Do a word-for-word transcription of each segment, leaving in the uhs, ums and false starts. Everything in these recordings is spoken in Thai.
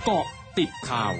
เกาะติดข่าว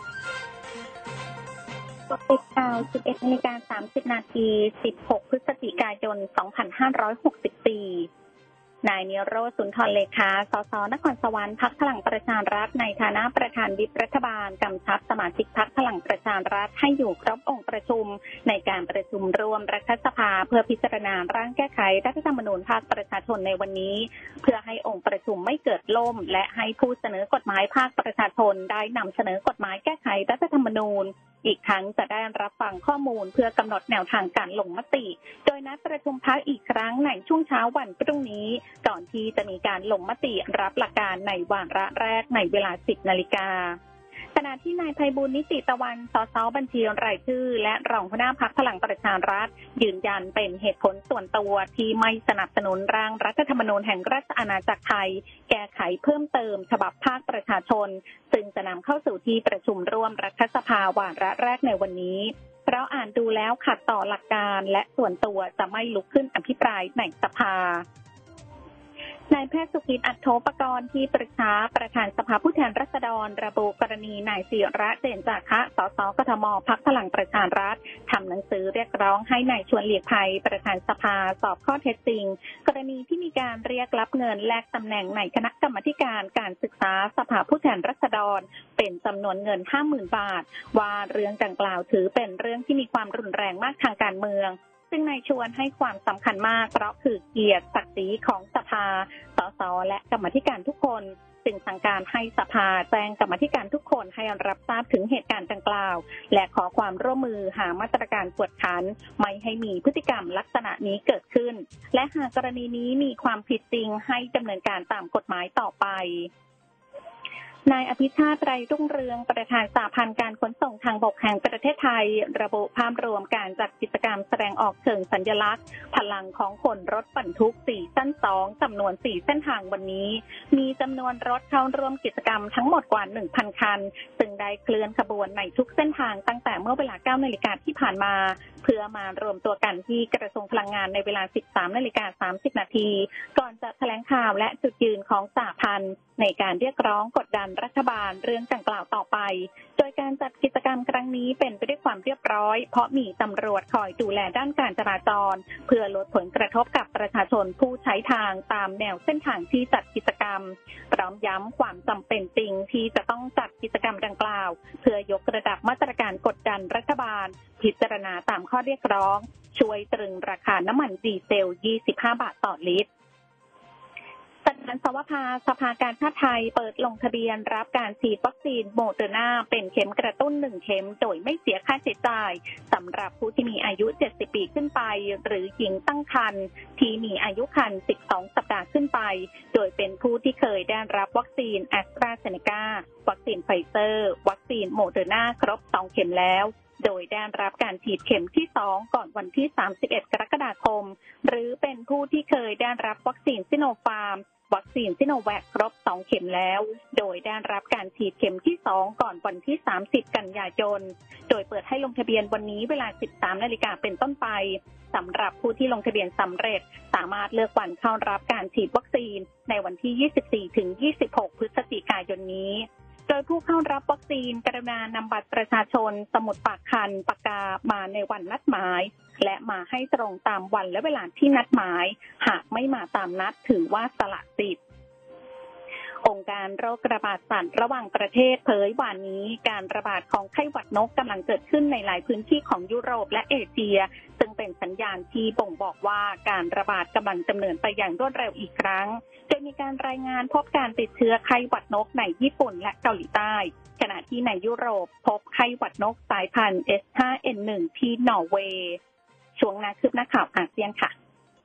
เกาะติดข่าว สิบเอ็ดนาฬิกาสามสิบนาที สิบหก พฤศจิกายน สองพันห้าร้อยหกสิบสี่ นายนิโรธ สุนทรเลขา สส นครสวรรค์ พรรคพลังประชารัฐในฐานะประธานวิปรัฐบาลกำชับสมาชิกพรรคพลังประชารัฐให้อยู่ครบองค์ประชุมในการประชุมรวมรัฐสภาเพื่อพิจารณาร่างแก้ไขรัฐธรรมนูญภาคประชาชนในวันนี้เพื่อให้องค์ประชุมไม่เกิดล่มและให้ผู้เสนอกฎหมายภาคประชาชนได้นำเสนอกฎหมายแก้ไขรัฐธรรมนูญอีกทั้งจะได้รับฟังข้อมูลเพื่อกำหนดแนวทางการลงมติโดยนัดประชุมพรรคอีกครั้งในช่วงเช้าวันพรุ่งนี้ก่อนที่จะมีการลงมติรับหลักการในวาระแรกในเวลา สิบนาฬิกาขณะที่นายไพบูลย์ นิติตะวัน สส บัญชีรายชื่อและรองหัวหน้าพรรคพลังประชารัฐยืนยันเป็นเหตุผลส่วนตัวที่ไม่สนับสนุนร่างรัฐธรรมนูญแห่งราชอาณาจักรไทยแก้ไขเพิ่มเติมฉบับภาคประชาชนซึ่งจะนำเข้าสู่ที่ประชุมร่วมรัฐสภาวาระแรกในวันนี้เพราะอ่านดูแล้วขัดต่อหลักการและส่วนตัวจะไม่ลุกขึ้นอภิปรายในสภานายแพทย์สุกิจ อัฏโฐปกรณ์ที่ปรึกษาประธานสภาผู้แทนราษฎรระบุกรณีนายศิระ เจนจาคะ สส กทม พรรคพลังประชารัฐทำหนังสือเรียกร้องให้นายชวนหลีกภัยประธานสภาสอบข้อเท็จจริงกรณีที่มีการเรียกรับเงินแลกตำแหน่งในคณะกรรมาการการศึกษาสภาผู้แทนราษฎรเป็นจำนวนเงิน ห้าหมื่น บาทว่าเรื่องดังกล่าวถือเป็นเรื่องที่มีความรุนแรงมากทางการเมืองซึ่งนายชวนให้ความสำคัญมากเพราะคือเกียรติศักดิ์ศรีของสภาสสและกรรมาธิการทุกคนจึงสั่งการให้สภาแจ้งกรรมาธิการทุกคนให้รับทราบถึงเหตุการณ์ดังกล่าวและขอความร่วมมือหามาตรการกวดขันไม่ให้มีพฤติกรรมลักษณะนี้เกิดขึ้นและหากกรณีนี้มีความผิดจริงให้ดำเนินการตามกฎหมายต่อไปนายอภิชาติ ไตรรุ่งเรืองประธานสหพันธ์การขนส่งทางบกแห่งประเทศไทยระบุภาพรวมการจัดกิจกรรมแสดงออกเชิงสัญลักษณ์พลังของคนรถบรรทุกสี่เส้นสองจำนวนสี่เส้นทางวันนี้มีจำนวนรถเข้าร่วมกิจกรรมทั้งหมดกว่า หนึ่งพัน คันซึ่งได้เคลื่อนขบวนในทุกเส้นทางตั้งแต่เมื่อเวลา เก้านาฬิกาที่ผ่านมาเพื่อมารวมตัวกันที่กระทรวงพลังงานในเวลา สิบสามนาฬิกาสามสิบนาทีก่อนจะแถลงข่าวและจุดยืนของสหพันธ์ในการเรียกร้องกดดันรัฐบาลเรื่องดังกล่าวต่อไปโดยการจัดกิจกรรมครั้งนี้เป็นไปด้วยความเรียบร้อยเพราะมีตำรวจคอยดูแลด้านการจราจรเพื่อลดผลกระทบกับประชาชนผู้ใช้ทางตามแนวเส้นทางที่จัดกิจกรรมพร้อมย้ำความจำเป็นจริงที่จะต้องจัดกิจกรรมดังกล่าวเพื่อยกระดับมาตรการกดดันรัฐบาลพิจารณาตามข้อเรียกร้องช่วยตรึงราคาน้ำมันดีเซลยี่สิบห้าบาทต่อลิตรประธานสภาสภาการแพทย์ไทยเปิดลงทะเบียนรับการฉีดวัคซีนโมเดอร์นาเป็นเข็มกระตุ้นหนึ่งเข็มโดยไม่เสียค่าใช้จ่ายสำหรับผู้ที่มีอายุเจ็ดสิบปีขึ้นไปหรือหญิงตั้งครรภ์ที่มีอายุครรภ์สิบสองสัปดาห์ขึ้นไปโดยเป็นผู้ที่เคยได้รับวัคซีนแอสตราเซเนกาวัคซีนไฟเซอร์วัคซีนโมเดอร์นาครบสองเข็มแล้วโดยได้รับการฉีดเข็มที่สองก่อนวันที่สามสิบเอ็ดกรกฎาคมหรือเป็นผู้ที่เคยได้รับวัคซีนซิโนฟาร์มวัคซีนซิโนแวคครบสองเข็มแล้วโดยได้รับการฉีดเข็มที่สองก่อนวันที่สามสิบกันยายนโดยเปิดให้ลงทะเบียนวันนี้เวลา สิบสามนาฬิกาเป็นต้นไปสำหรับผู้ที่ลงทะเบียนสำเร็จสามารถเลือกวันเข้ารับการฉีดวัคซีนในวันที่ยี่สิบสี่ถึงยี่สิบหกพฤศจิกายนนี้โดยผู้เข้ารับวัคซีนกรุณานำบัตรประชาชนสมุดปากคันปากกามาในวันนัดหมายและมาให้ตรงตามวันและเวลาที่นัดหมายหากไม่มาตามนัดถือว่าสละสิทธิ์องค์การโรคระบาดสัตว์ระหว่างประเทศเผยวันนี้การระบาดของไข้หวัดนกกำลังเกิดขึ้นในหลายพื้นที่ของยุโรปและเอเชียซึ่งเป็นสัญญาณที่บ่งบอกว่าการระบาดกำลังดำเนินไปอย่างรวดเร็วอีกครั้งโดยมีการรายงานพบการติดเชื้อไข้หวัดนกในญี่ปุ่นและเกาหลีใต้ขณะที่ในยุโรปพบไข้หวัดนกสายพันธุ์ เอช ห้า เอ็น หนึ่ง ที่นอร์เวย์ช่วงนาคืบหน้าข่าวอาเซียนค่ะ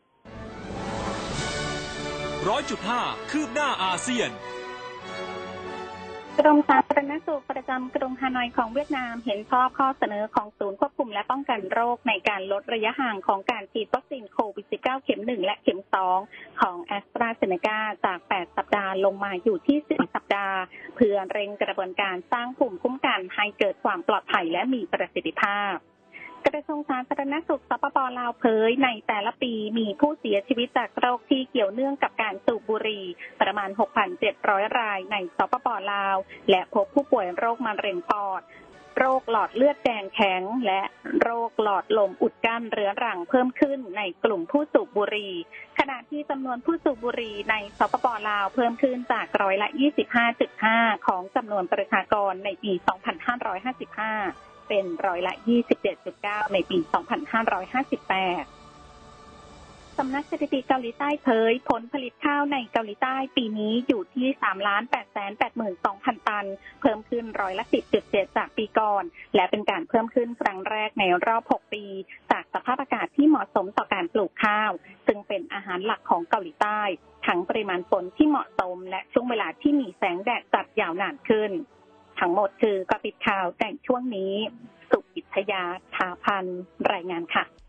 ร้อยจุดห้าคืบหน้าอาเซียนกรมสาธารณสุขประจำกรุงฮานอยของเวียดนามเห็นชอบข้อเสนอของศูนย์ควบคุมและป้องกันโรคในการลดระยะห่างของการฉีดวัคซีนโควิด สิบเก้า เข็มหนึ่งและเข็มสองของแอสตราเซเนกาจากแปดสัปดาห์ลงมาอยู่ที่สิบสัปดาห์เพื่อเร่งกระบวนการสร้างภูมิคุ้มกันให้เกิดความปลอดภัยและมีประสิทธิภาพกระทรวงสาธารณสุขสปป.ลาวเผยในแต่ละปีมีผู้เสียชีวิตจากโรคที่เกี่ยวเนื่องกับการสูบบุหรี่ประมาณ หกพันเจ็ดร้อย รายในสปป.ลาวและพบผู้ป่วยโรคมะเร็งปอดโรคหลอดเลือดแดงแข็งและโรคหลอดลมอุดกั้นเรื้อรังเพิ่มขึ้นในกลุ่มผู้สูบบุหรี่ขณะที่จำนวนผู้สูบบุหรี่ในสปป.ลาวเพิ่มขึ้นจากร้อยละ ยี่สิบห้าจุดห้า ของจำนวนประชากรในปี สองพันห้าร้อยห้าสิบห้าเป็นร้อยละ ยี่สิบเจ็ดจุดเก้า ในปี สองพันห้าร้อยห้าสิบแปด สำนักสถิติเกาหลีใต้เผยผลผลิตข้าวในเกาหลีใต้ปีนี้อยู่ที่ สามล้านแปดแสนแปดหมื่นสองพัน ตันเพิ่มขึ้นร้อยละ สิบจุดเจ็ด จากปีก่อนและเป็นการเพิ่มขึ้นครั้งแรกในรอบ หก ปีจากสภาพอากาศที่เหมาะสมต่อการปลูกข้าวซึ่งเป็นอาหารหลักของเกาหลีใต้ทั้งปริมาณฝนที่เหมาะสมและช่วงเวลาที่มีแสงแดดจัดยาวนานขึ้นทั้งหมดคือกติดข่าวในช่วงนี้สุอิทยา ถาพันรายงานค่ะ